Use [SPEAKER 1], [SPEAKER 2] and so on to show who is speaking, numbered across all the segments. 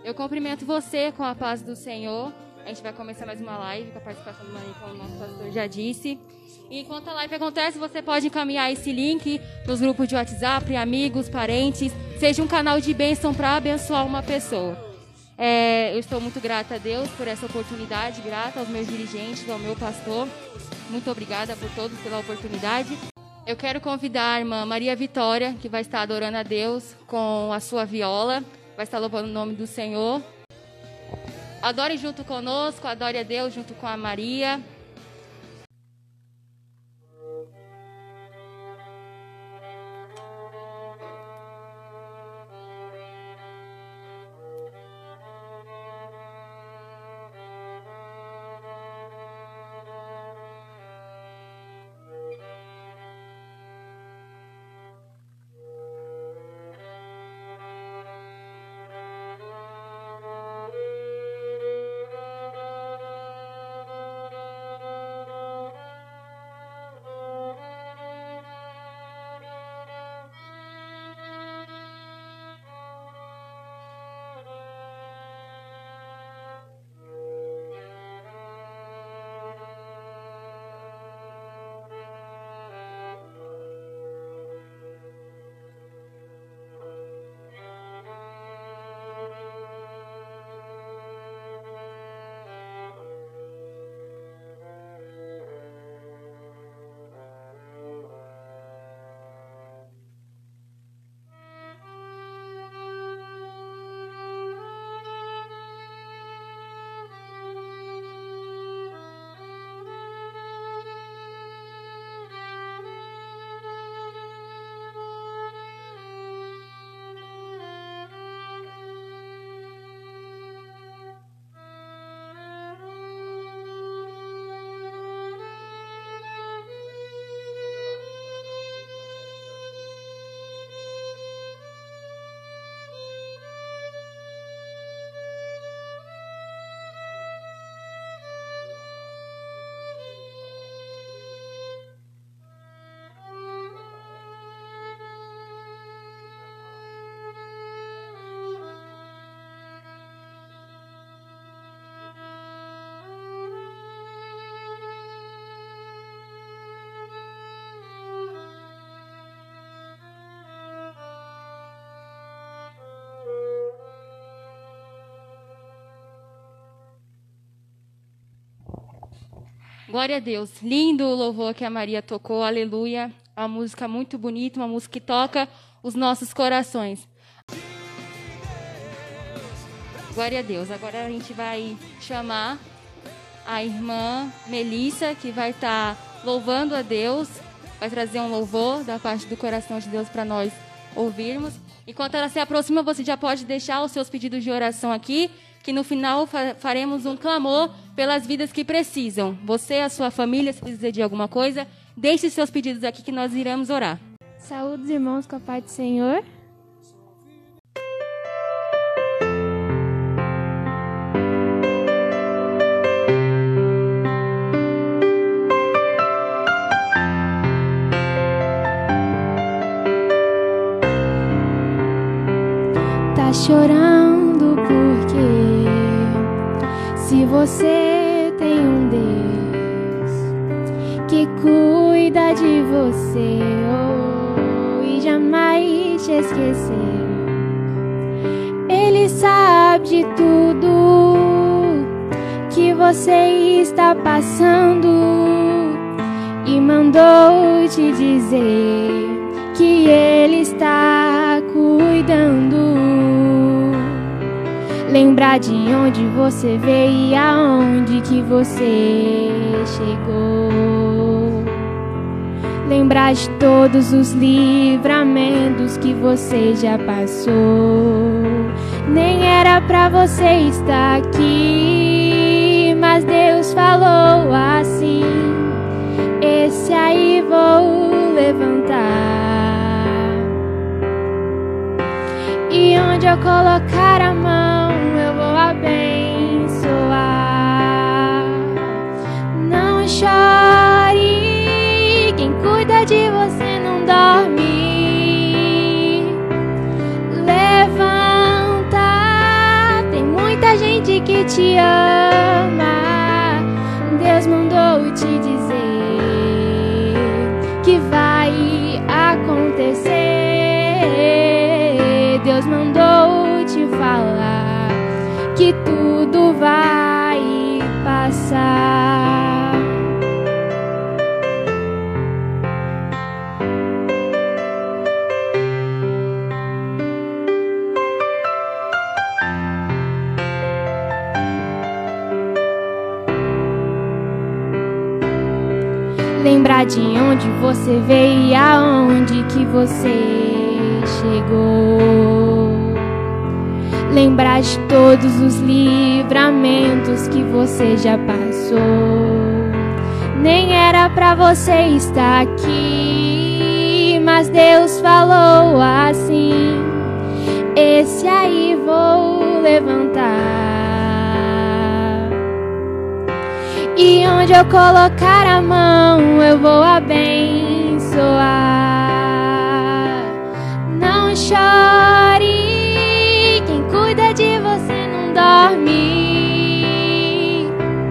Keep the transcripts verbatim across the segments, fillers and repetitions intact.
[SPEAKER 1] Eu cumprimento você com a paz do Senhor. A gente vai começar mais uma live com a participação do Maninho, como o nosso pastor já disse. E enquanto a live acontece, você pode encaminhar esse link nos grupos de WhatsApp, amigos, parentes. Seja um canal de bênção para abençoar uma pessoa. É, eu estou muito grata a Deus por essa oportunidade, grata aos meus dirigentes, ao meu pastor. Muito obrigada por todos pela oportunidade. Eu quero convidar a irmã Maria Vitória, que vai estar adorando a Deus com a sua viola. Vai estar louvando o nome do Senhor. Adore junto conosco, adore a Deus junto com a Maria. Glória a Deus. Lindo o louvor que a Maria tocou, aleluia. Uma música muito bonita, uma música que toca os nossos corações. Glória a Deus. Agora a gente vai chamar a irmã Melissa, que vai estar louvando a Deus, vai trazer um louvor da parte do coração de Deus para nós ouvirmos. Enquanto ela se aproxima, você já pode deixar os seus pedidos de oração aqui, que no final faremos um clamor pelas vidas que precisam. Você, a sua família, se precisa de alguma coisa, deixe seus pedidos aqui que nós iremos orar.
[SPEAKER 2] Saúde, irmãos, com a paz do Senhor. Tá chorando porque se você tem um Deus que cuida de você oh, e jamais te esqueceu, Ele sabe de tudo que você está passando e mandou te dizer que Ele está cuidando. Lembrar de onde você veio e aonde que você chegou. Lembrar de todos os livramentos que você já passou. Nem era pra você estar aqui, mas Deus falou assim: esse aí vou levantar, e onde eu colocar a mão eu vou abençoar. Não chore, quem cuida de você não dorme. Levanta, tem que te ama. Deus mandou te dizer que vai acontecer. Deus mandou te falar que tudo vai passar. Lembrar de onde você veio e aonde que você chegou. Lembrar de todos os livramentos que você já passou. Nem era pra você estar aqui, mas Deus falou assim: esse aí vou levantar. E onde eu colocar a mão eu vou abençoar. Não chore, quem cuida de você não dorme.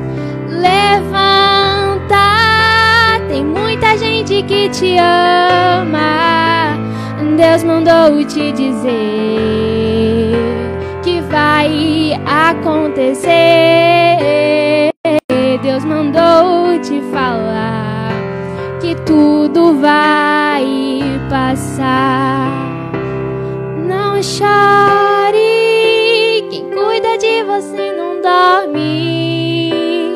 [SPEAKER 2] Levanta, tem muita gente que te ama. Deus mandou te dizer que vai acontecer. Deus mandou te falar que tudo vai passar. Não chore, quem cuida de você não dorme.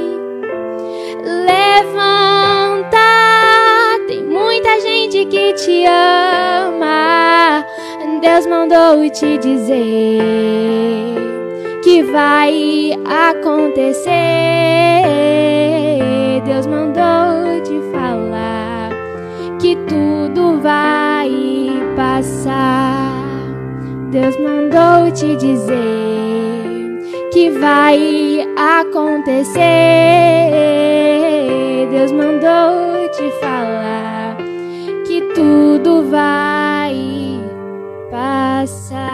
[SPEAKER 2] Levanta, tem muita gente que te ama. Deus mandou te dizer que vai acontecer. Deus mandou te falar que tudo vai passar. Deus mandou te dizer que vai acontecer. Deus mandou te falar que tudo vai passar.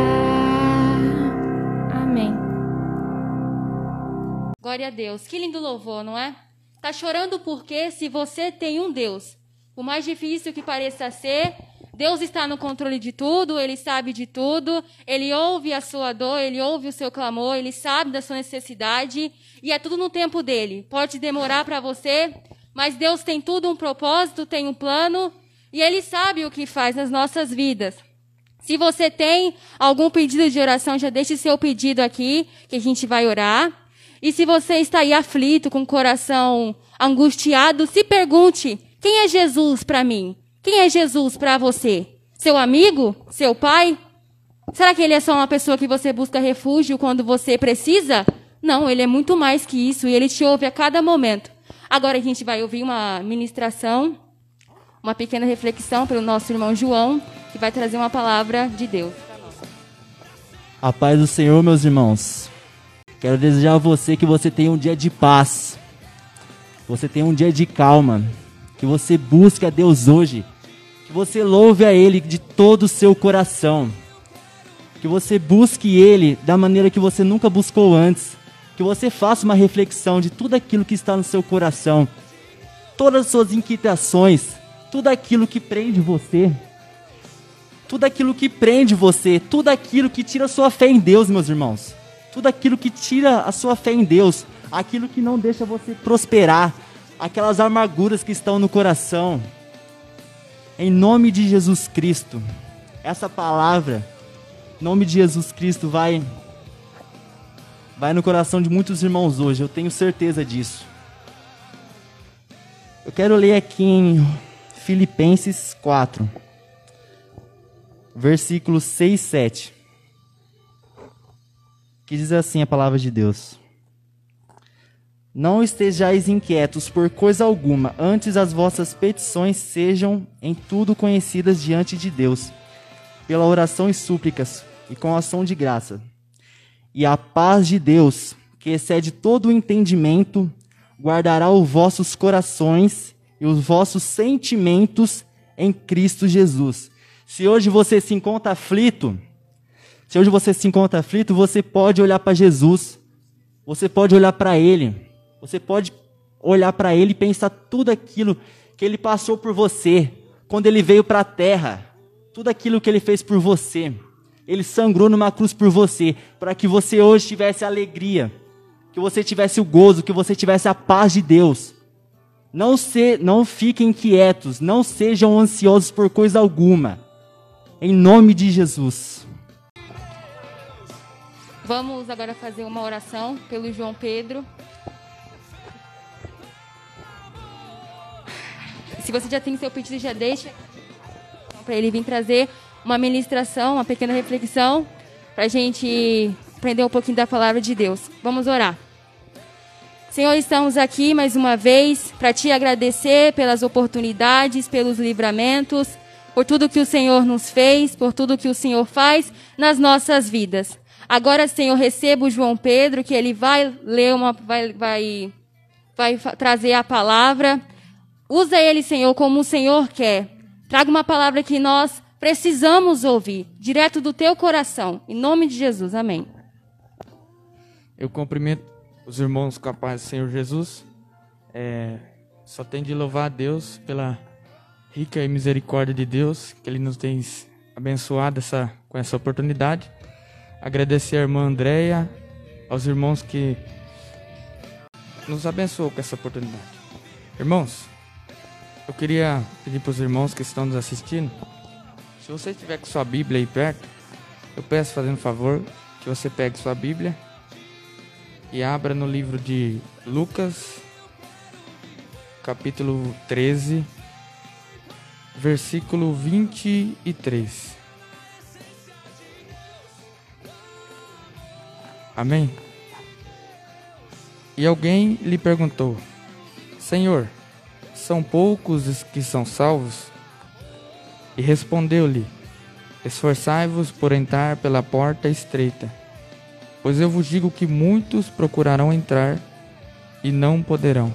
[SPEAKER 1] Glória a Deus. Que lindo louvor, não é? Tá chorando porque se você tem um Deus, por mais difícil que pareça ser, Deus está no controle de tudo, Ele sabe de tudo, Ele ouve a sua dor, Ele ouve o seu clamor, Ele sabe da sua necessidade e é tudo no tempo dEle. Pode demorar para você, mas Deus tem tudo um propósito, tem um plano e Ele sabe o que faz nas nossas vidas. Se você tem algum pedido de oração, já deixe seu pedido aqui, que a gente vai orar. E se você está aí aflito, com o coração angustiado, se pergunte: quem é Jesus para mim? Quem é Jesus para você? Seu amigo? Seu pai? Será que ele é só uma pessoa que você busca refúgio quando você precisa? Não, ele é muito mais que isso e ele te ouve a cada momento. Agora a gente vai ouvir uma ministração, uma pequena reflexão pelo nosso irmão João, que vai trazer uma palavra de Deus.
[SPEAKER 3] A paz do Senhor, meus irmãos. Quero desejar a você que você tenha um dia de paz, que você tenha um dia de calma, que você busque a Deus hoje, que você louve a Ele de todo o seu coração, que você busque Ele da maneira que você nunca buscou antes, que você faça uma reflexão de tudo aquilo que está no seu coração, todas as suas inquietações, tudo aquilo que prende você, tudo aquilo que prende você, tudo aquilo que tira a sua fé em Deus, meus irmãos. Tudo aquilo que tira a sua fé em Deus, aquilo que não deixa você prosperar, aquelas amarguras que estão no coração. Em nome de Jesus Cristo, essa palavra, em nome de Jesus Cristo, vai, vai no coração de muitos irmãos hoje, eu tenho certeza disso. Eu quero ler aqui em Filipenses quatro, versículos seis e sete. Que diz assim a palavra de Deus: não estejais inquietos por coisa alguma, antes as vossas petições sejam em tudo conhecidas diante de Deus, pela oração e súplicas, e com ação de graça. E a paz de Deus, que excede todo o entendimento, guardará os vossos corações e os vossos sentimentos em Cristo Jesus. Se hoje você se encontra aflito, Se hoje você se encontra aflito, você pode olhar para Jesus, Você pode olhar para ele. Você pode olhar para ele e pensar tudo aquilo que ele passou por você, quando ele veio para a terra, tudo aquilo que ele fez por você. Ele sangrou numa cruz por você, para que você hoje tivesse alegria, que você tivesse o gozo, que você tivesse a paz de Deus. Não, se, não fiquem quietos, não sejam ansiosos por coisa alguma. Em nome de Jesus.
[SPEAKER 1] Vamos agora fazer uma oração pelo João Pedro. Se você já tem seu pedido, já deixa para ele vir trazer uma ministração, uma pequena reflexão, para a gente aprender um pouquinho da palavra de Deus. Vamos orar. Senhor, estamos aqui mais uma vez para te agradecer pelas oportunidades, pelos livramentos, por tudo que o Senhor nos fez, por tudo que o Senhor faz nas nossas vidas. Agora, Senhor, receba o João Pedro, que ele vai ler uma, vai, vai, vai trazer a palavra. Usa ele, Senhor, como o Senhor quer. Traga uma palavra que nós precisamos ouvir, direto do teu coração. Em nome de Jesus, amém.
[SPEAKER 4] Eu cumprimento os irmãos com a paz do Senhor Jesus. É, só tenho de louvar a Deus pela rica e misericórdia de Deus, que Ele nos tem abençoado essa, com essa oportunidade. Agradecer a irmã Andréia, aos irmãos que nos abençoou com essa oportunidade. Irmãos, eu queria pedir para os irmãos que estão nos assistindo, se você estiver com sua Bíblia aí perto, eu peço, fazendo um favor, que você pegue sua Bíblia e abra no livro de Lucas, capítulo treze, versículo vinte e três. Amém? E alguém lhe perguntou: Senhor, são poucos os que são salvos? E respondeu-lhe: Esforçai-vos por entrar pela porta estreita, pois eu vos digo que muitos procurarão entrar e não poderão.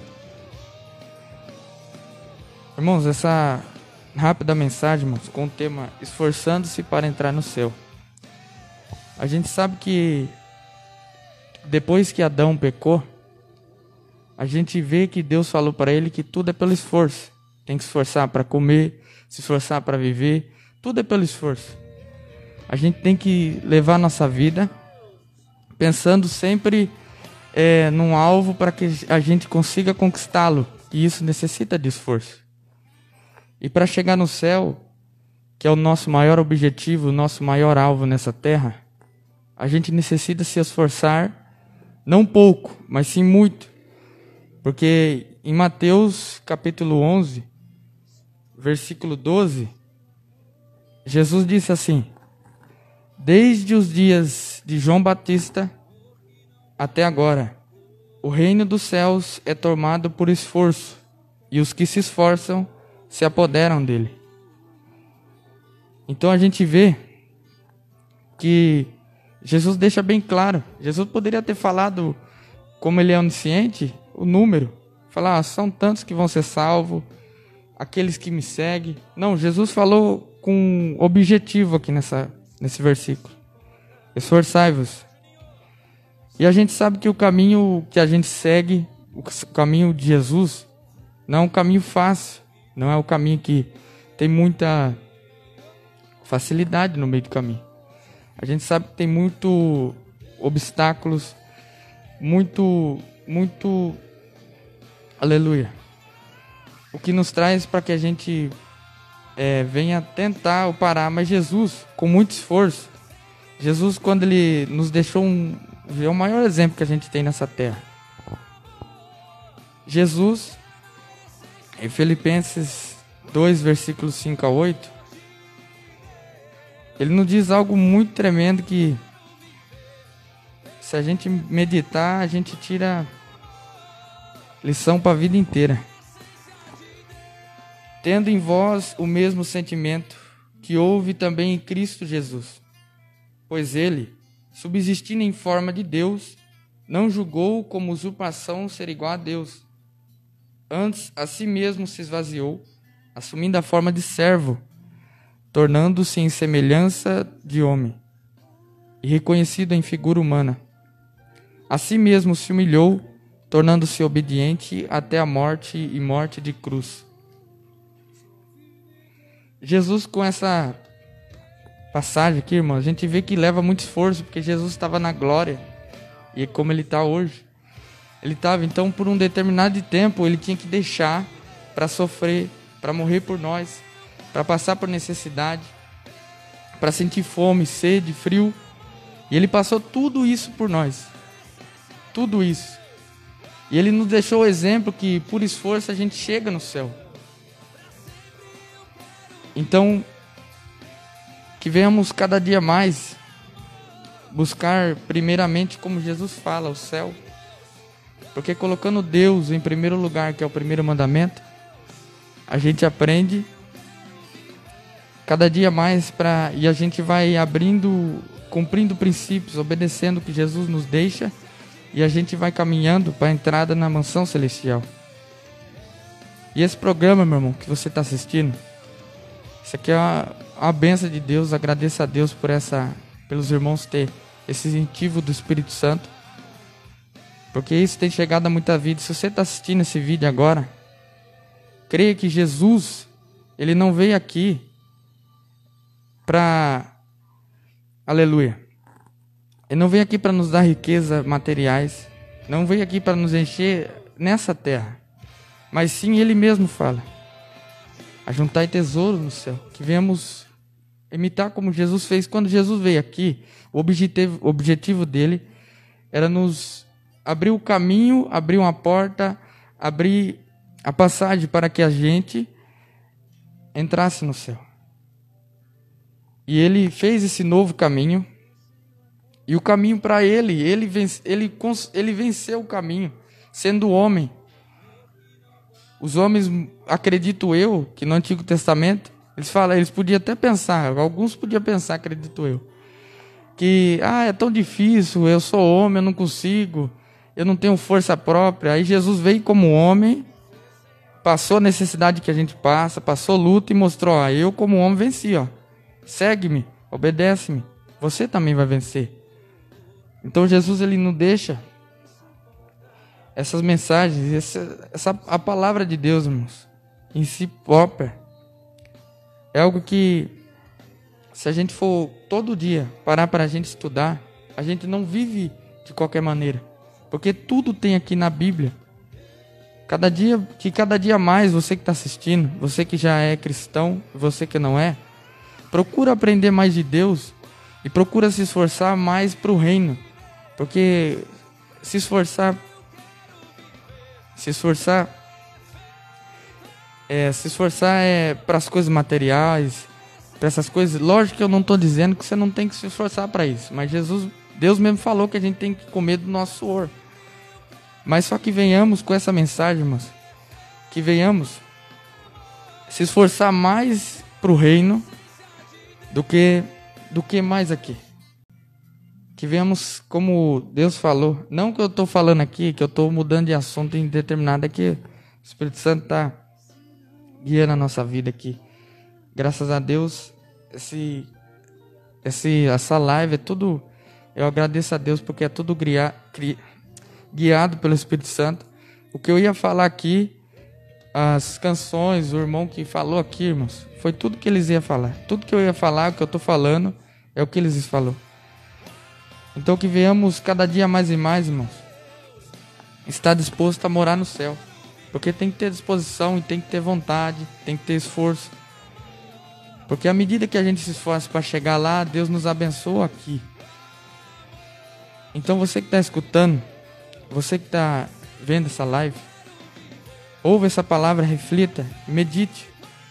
[SPEAKER 4] Irmãos, essa rápida mensagem, irmãos, com o tema esforçando-se para entrar no céu. A gente sabe que depois que Adão pecou, a gente vê que Deus falou para ele que tudo é pelo esforço. Tem que se esforçar para comer, se esforçar para viver, tudo é pelo esforço. A gente tem que levar a nossa vida pensando sempre é, num alvo para que a gente consiga conquistá-lo. E isso necessita de esforço. E para chegar no céu, que é o nosso maior objetivo, o nosso maior alvo nessa terra, a gente necessita se esforçar, não pouco, mas sim muito. Porque em Mateus capítulo onze, versículo doze, Jesus disse assim: Desde os dias de João Batista até agora, o reino dos céus é tomado por esforço, e os que se esforçam se apoderam dele. Então a gente vê que Jesus deixa bem claro. Jesus poderia ter falado, como ele é onisciente, o número. Falar, ah, são tantos que vão ser salvos, aqueles que me seguem. Não, Jesus falou com objetivo aqui nessa, nesse versículo. Esforçai-vos. E a gente sabe que o caminho que a gente segue, o caminho de Jesus, não é um caminho fácil. Não é o caminho que tem muita facilidade no meio do caminho. A gente sabe que tem muitos obstáculos, muito, muito, aleluia. O que nos traz para que a gente é, venha tentar o parar, mas Jesus, com muito esforço, Jesus, quando ele nos deixou um, é o maior exemplo que a gente tem nessa terra. Jesus, em Filipenses dois, versículos cinco a oito, ele nos diz algo muito tremendo que, se a gente meditar, a gente tira lição para a vida inteira. Tendo em vós o mesmo sentimento que houve também em Cristo Jesus, pois ele, subsistindo em forma de Deus, não julgou como usurpação ser igual a Deus. Antes, a si mesmo se esvaziou, assumindo a forma de servo, tornando-se em semelhança de homem, e reconhecido em figura humana. a si mesmo se humilhou, tornando-se obediente até a morte e morte de cruz. Jesus, com essa passagem aqui, irmão, a gente vê que leva muito esforço, porque Jesus estava na glória, e como ele está hoje. Ele estava, então, por um determinado tempo, ele tinha que deixar para sofrer, para morrer por nós, para passar por necessidade, para sentir fome, sede, frio. E ele passou tudo isso por nós. Tudo isso. E ele nos deixou o exemplo que, por esforço, a gente chega no céu. Então, que venhamos cada dia mais buscar primeiramente, como Jesus fala, o céu. Porque colocando Deus em primeiro lugar, que é o primeiro mandamento, a gente aprende cada dia mais para e a gente vai abrindo, cumprindo princípios, obedecendo o que Jesus nos deixa, e a gente vai caminhando para a entrada na mansão celestial. E esse programa, meu irmão, que você está assistindo, isso aqui é uma, uma bênção de Deus. Agradeço a Deus por essa, pelos irmãos ter esse incentivo do Espírito Santo, porque isso tem chegado a muita vida. Se você está assistindo esse vídeo agora, creia que Jesus, ele não veio aqui para, aleluia, ele não veio aqui para nos dar riquezas materiais, não veio aqui para nos encher nessa terra, mas sim ele mesmo fala: ajuntai tesouro no céu, que venhamos imitar como Jesus fez. Quando Jesus veio aqui, o objetivo, o objetivo dele era nos abrir o caminho, abrir uma porta, abrir a passagem para que a gente entrasse no céu. E ele fez esse novo caminho, e o caminho para ele, ele, vence, ele, ele venceu o caminho, sendo homem. Os homens, acredito eu, que no Antigo Testamento, eles falam, eles podiam até pensar, alguns podiam pensar, acredito eu, que ah, é tão difícil, eu sou homem, eu não consigo, eu não tenho força própria. Aí Jesus veio como homem, passou a necessidade que a gente passa, passou luta e mostrou: ó, eu como homem venci, ó. Segue-me, obedece-me, você também vai vencer. Então Jesus, ele não deixa essas mensagens, essa, essa, a palavra de Deus, irmãos, em si própria, é algo que, se a gente for todo dia parar para a gente estudar, a gente não vive de qualquer maneira, porque tudo tem aqui na Bíblia. Cada dia, que cada dia mais, você que está assistindo, você que já é cristão, você que não é, procura aprender mais de Deus e procura se esforçar mais para o reino, porque se esforçar se esforçar é, se esforçar é para as coisas materiais, para essas coisas. Lógico que eu não estou dizendo que você não tem que se esforçar para isso, mas Jesus, Deus mesmo falou que a gente tem que comer do nosso suor. Mas só que venhamos com essa mensagem, irmãos, que venhamos se esforçar mais para o reino do que, do que mais aqui. Que venhamos, como Deus falou, não que eu estou falando aqui, que eu estou mudando de assunto em determinado, é que o Espírito Santo está guiando a nossa vida aqui. Graças a Deus, esse, esse, essa live é tudo, eu agradeço a Deus porque é tudo guia, guiado pelo Espírito Santo. O que eu ia falar aqui, as canções, o irmão que falou aqui, irmãos, foi tudo que eles iam falar. Tudo que eu ia falar, o que eu estou falando, é o que eles falaram. Então que venhamos cada dia mais e mais, irmãos, estar disposto a morar no céu. Porque tem que ter disposição e tem que ter vontade, tem que ter esforço. Porque à medida que a gente se esforça para chegar lá, Deus nos abençoa aqui. Então você que está escutando, você que está vendo essa live, ouve essa palavra, reflita, medite.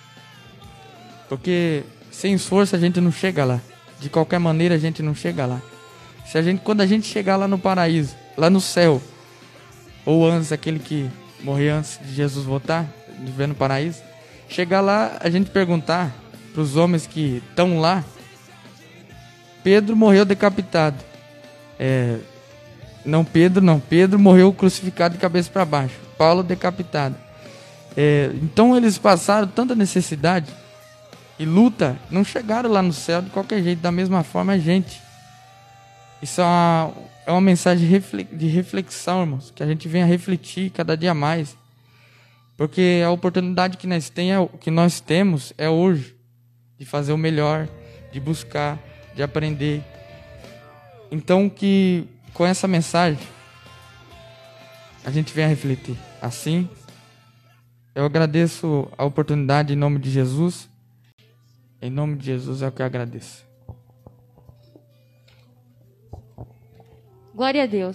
[SPEAKER 4] Porque sem esforço a gente não chega lá. De qualquer maneira a gente não chega lá. Se a gente, quando a gente chegar lá no paraíso, lá no céu, ou antes, aquele que morreu antes de Jesus voltar, de ver no paraíso, chegar lá, a gente perguntar para os homens que estão lá: Pedro morreu decapitado. É, não, Pedro não. Pedro morreu crucificado de cabeça para baixo. Paulo decapitado. É, então eles passaram tanta necessidade e luta, não chegaram lá no céu de qualquer jeito. Da mesma forma a gente. Isso é uma, é uma mensagem de reflexão, irmãos, que a gente venha refletir cada dia mais. Porque a oportunidade que nós, tem, que nós temos é hoje, de fazer o melhor, de buscar, de aprender. Então que com essa mensagem a gente venha refletir. Assim, eu agradeço a oportunidade em nome de Jesus. Em nome de Jesus é o que eu agradeço.
[SPEAKER 1] Glória a Deus.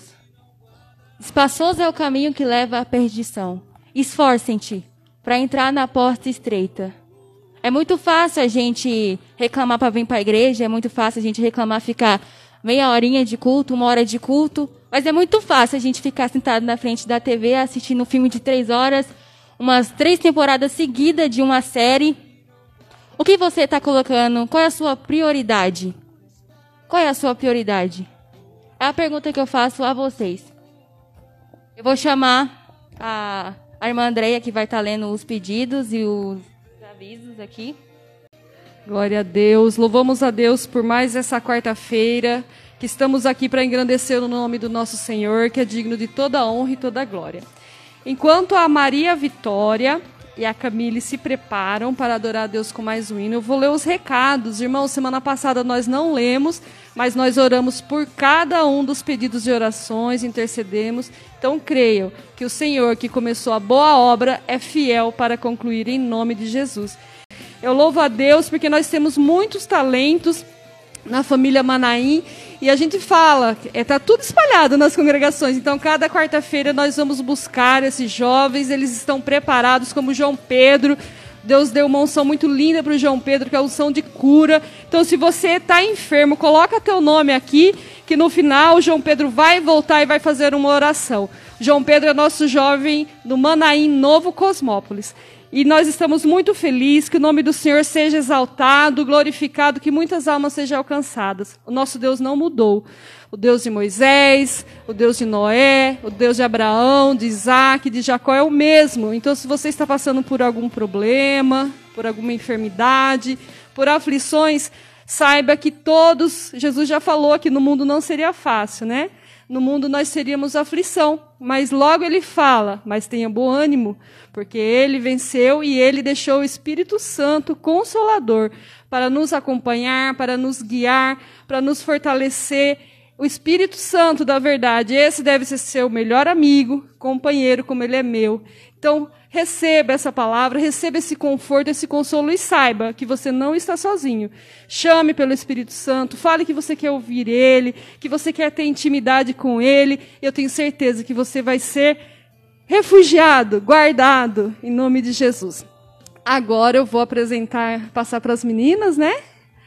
[SPEAKER 1] Espaçoso é o caminho que leva à perdição. Esforcem-te para entrar na porta estreita. É muito fácil a gente reclamar para vir para a igreja, é muito fácil a gente reclamar ficar meia horinha de culto, uma hora de culto, mas é muito fácil a gente ficar sentado na frente da T V assistindo um filme de três horas, umas três temporadas seguidas de uma série. O que você está colocando? Qual é a sua prioridade? Qual é a sua prioridade? É a pergunta que eu faço a vocês. Eu vou chamar a, a irmã Andreia, que vai estar lendo os pedidos e os avisos aqui.
[SPEAKER 5] Glória a Deus. Louvamos a Deus por mais essa quarta-feira, que estamos aqui para engrandecer o nome do nosso Senhor, que é digno de toda a honra e toda a glória. Enquanto a Maria Vitória e a Camille se preparam para adorar a Deus com mais um hino, eu vou ler os recados. Irmãos, semana passada nós não lemos, mas nós oramos por cada um dos pedidos de orações, intercedemos. Então creiam que o Senhor que começou a boa obra é fiel para concluir em nome de Jesus. Eu louvo a Deus porque nós temos muitos talentos na família Manaim, e a gente fala, está é, tudo espalhado nas congregações, então cada quarta-feira nós vamos buscar esses jovens, eles estão preparados, como João Pedro. Deus deu uma unção muito linda para o João Pedro, que é a unção de cura. Então, se você está enfermo, coloca teu nome aqui, que no final o João Pedro vai voltar e vai fazer uma oração. João Pedro é nosso jovem do Manaim Novo Cosmópolis. E nós estamos muito felizes que o nome do Senhor seja exaltado, glorificado, que muitas almas sejam alcançadas. O nosso Deus não mudou. O Deus de Moisés, o Deus de Noé, o Deus de Abraão, de Isaac, de Jacó é o mesmo. Então, se você está passando por algum problema, por alguma enfermidade, por aflições, saiba que todos, Jesus já falou que no mundo não seria fácil, né? No mundo nós teríamos aflição, mas logo ele fala, mas tenha bom ânimo, porque ele venceu e ele deixou o Espírito Santo Consolador para nos acompanhar, para nos guiar, para nos fortalecer. O Espírito Santo da verdade, esse deve ser seu melhor amigo, companheiro, como ele é meu. Então, receba essa palavra, receba esse conforto, esse consolo e saiba que você não está sozinho. Chame pelo Espírito Santo, fale que você quer ouvir ele, que você quer ter intimidade com ele. Eu tenho certeza que você vai ser refugiado, guardado, em nome de Jesus. Agora eu vou apresentar, passar para as meninas, né?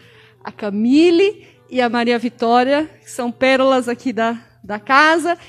[SPEAKER 5] A Camille e a Maria Vitória, que são pérolas aqui da, da casa.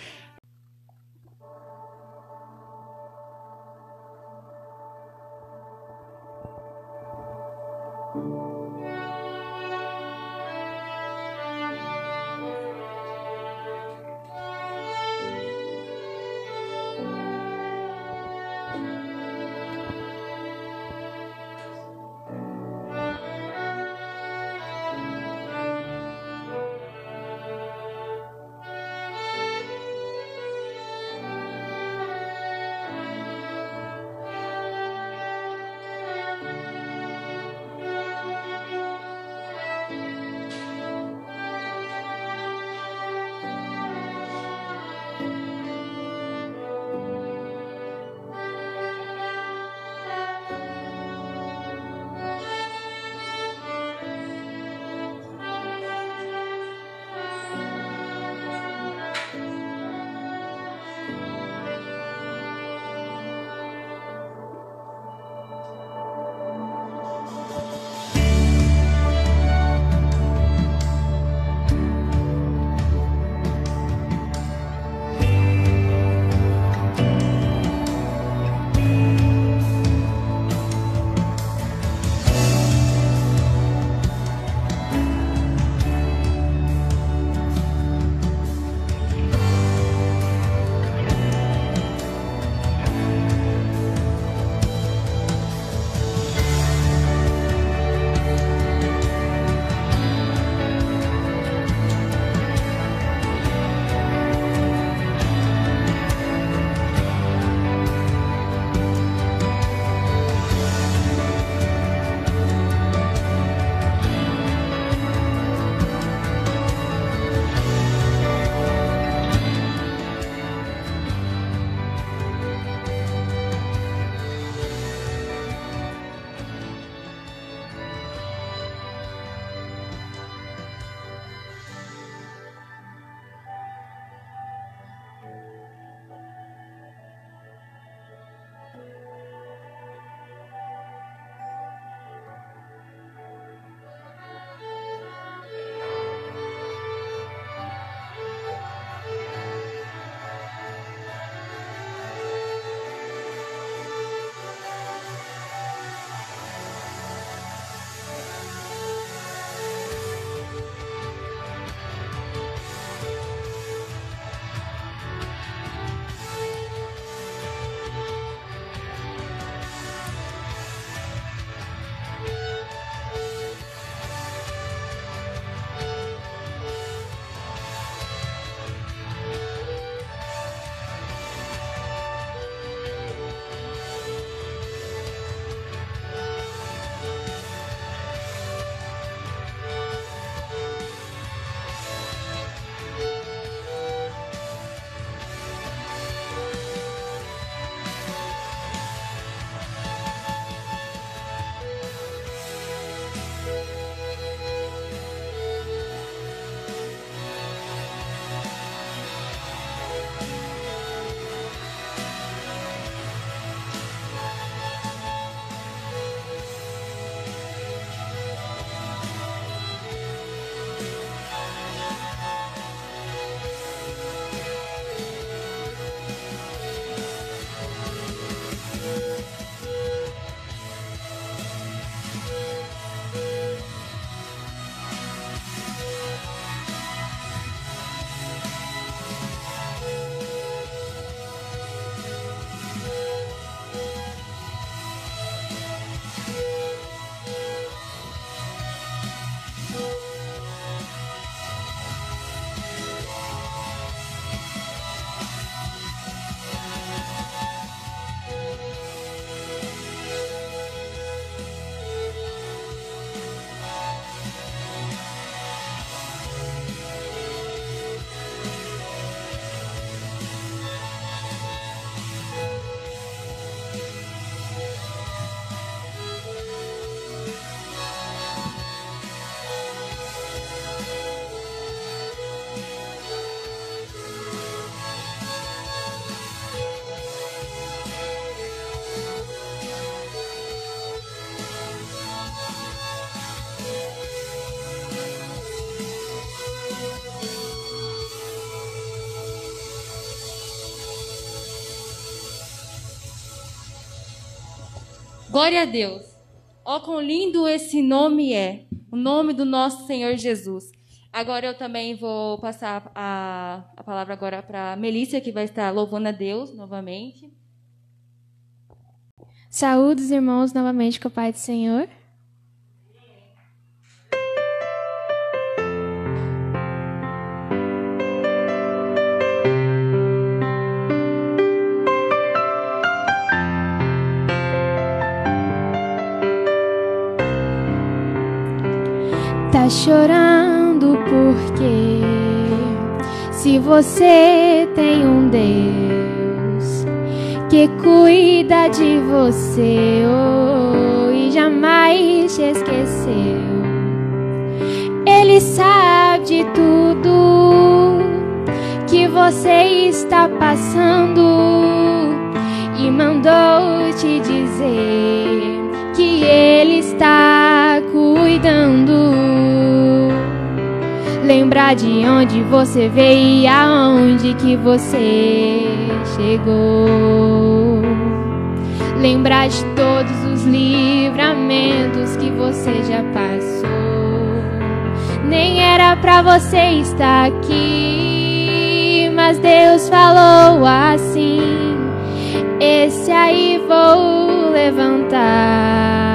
[SPEAKER 1] Glória a Deus. Ó, quão lindo esse nome é. O nome do nosso Senhor Jesus. Agora eu também vou passar a, a palavra agora para Melissa, que vai estar louvando a Deus novamente.
[SPEAKER 2] Saúde os irmãos novamente com a paz do Senhor. Tá chorando porque se você tem um Deus que cuida de você, oh, e jamais te esqueceu. Ele sabe de tudo que você está passando e mandou te dizer que Ele está cuidando. Lembrar de onde você veio e aonde que você chegou. Lembrar de todos os livramentos que você já passou. Nem era pra você estar aqui, mas Deus falou assim: esse aí vou levantar.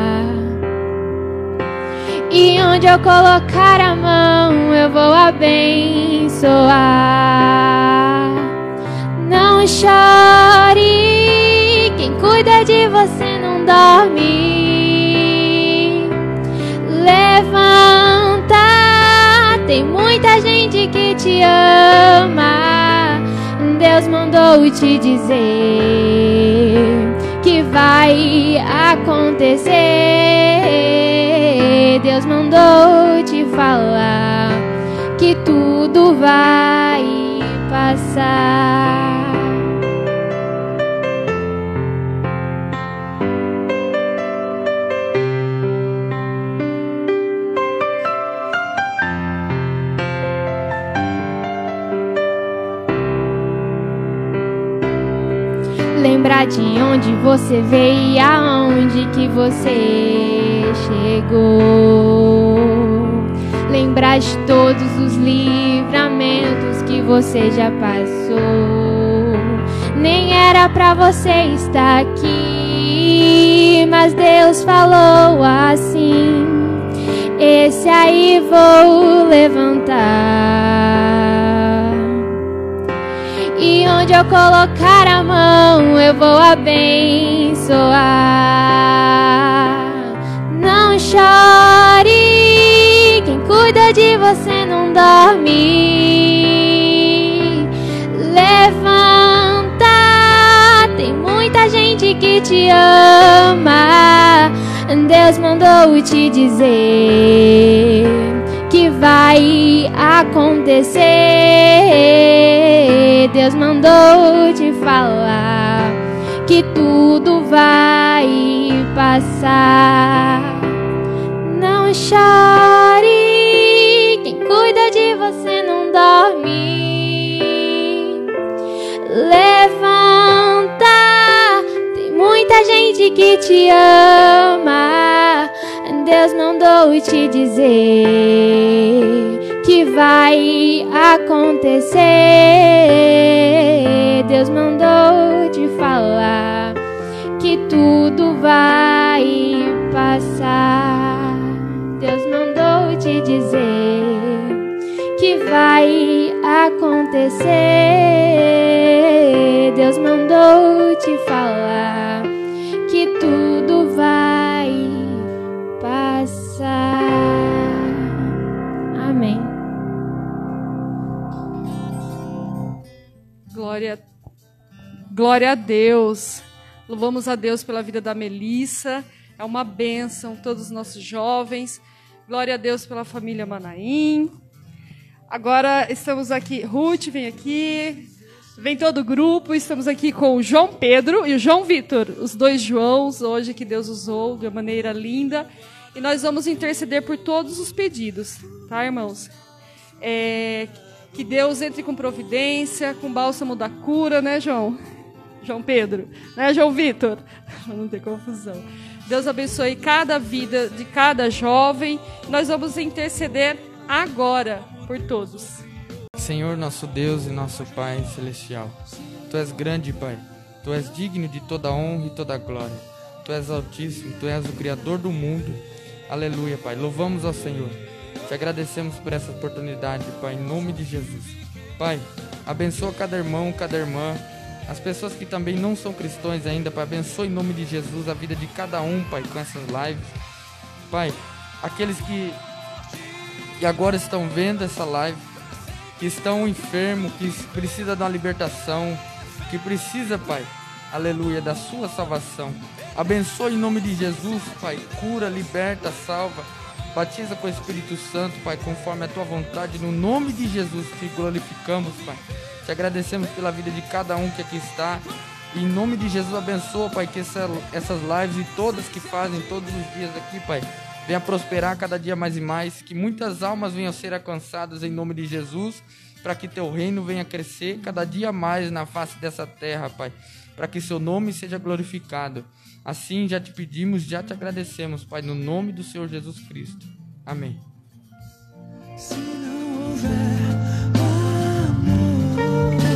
[SPEAKER 2] E onde eu colocar a mão, eu vou abençoar. Não chore, quem cuida de você não dorme. Levanta, tem muita gente que te ama. Deus mandou te dizer que vai acontecer. Deus mandou te falar que tudo vai passar. Lembrar de onde você veio e aonde que você chegou. Lembrar de todos os livramentos que você já passou. Nem era pra você estar aqui, mas Deus falou assim: esse aí vou levantar. E onde eu colocar a mão, eu vou abençoar. Não chore, quem cuida de você não dorme. Levanta, tem muita gente que te ama. Deus mandou te dizer que vai acontecer. Deus mandou te falar que tudo vai passar. Não chore, quem cuida de você não dorme. Levanta, tem muita gente que te ama. Deus mandou te dizer que vai acontecer. Deus mandou te falar que tudo vai passar. Deus mandou te dizer que vai acontecer. Deus mandou te falar que tudo vai passar. Amém.
[SPEAKER 5] Glória, glória a Deus. Louvamos a Deus pela vida da Melissa. É uma bênção, todos os nossos jovens. Glória a Deus pela família Manaim. Agora estamos aqui, Ruth vem aqui, vem todo o grupo. Estamos aqui com o João Pedro e o João Vitor, os dois Joãos, hoje que Deus usou de uma maneira linda. E nós vamos interceder por todos os pedidos, tá, irmãos? É, que Deus entre com providência, com bálsamo da cura, né, João? João Pedro, né, João Vitor? Para não ter confusão. Deus abençoe cada vida de cada jovem. Nós vamos interceder agora por todos.
[SPEAKER 4] Senhor, nosso Deus e nosso Pai celestial, Tu és grande, Pai. Tu és digno de toda honra e toda glória. Tu és altíssimo, Tu és o Criador do mundo. Aleluia, Pai. Louvamos ao Senhor. Te agradecemos por essa oportunidade, Pai, em nome de Jesus. Pai, abençoa cada irmão, cada irmã, as pessoas que também não são cristãos ainda, Pai, abençoa em nome de Jesus a vida de cada um, Pai, com essas lives. Pai, aqueles que, que agora estão vendo essa live, que estão enfermos, que precisa de uma libertação, que precisa, Pai, aleluia, da sua salvação. Abençoa em nome de Jesus, Pai, cura, liberta, salva, batiza com o Espírito Santo, Pai, conforme a Tua vontade, no nome de Jesus te glorificamos, Pai. Te agradecemos pela vida de cada um que aqui está. E em nome de Jesus, abençoa, Pai, que essa, essas lives e todas que fazem todos os dias aqui, Pai, venha prosperar cada dia mais e mais, que muitas almas venham a ser alcançadas em nome de Jesus, para que Teu reino venha crescer cada dia mais na face dessa terra, Pai, para que Seu nome seja glorificado. Assim já te pedimos, já te agradecemos, Pai, no nome do Senhor Jesus Cristo. Amém.
[SPEAKER 6] Se não houver amor,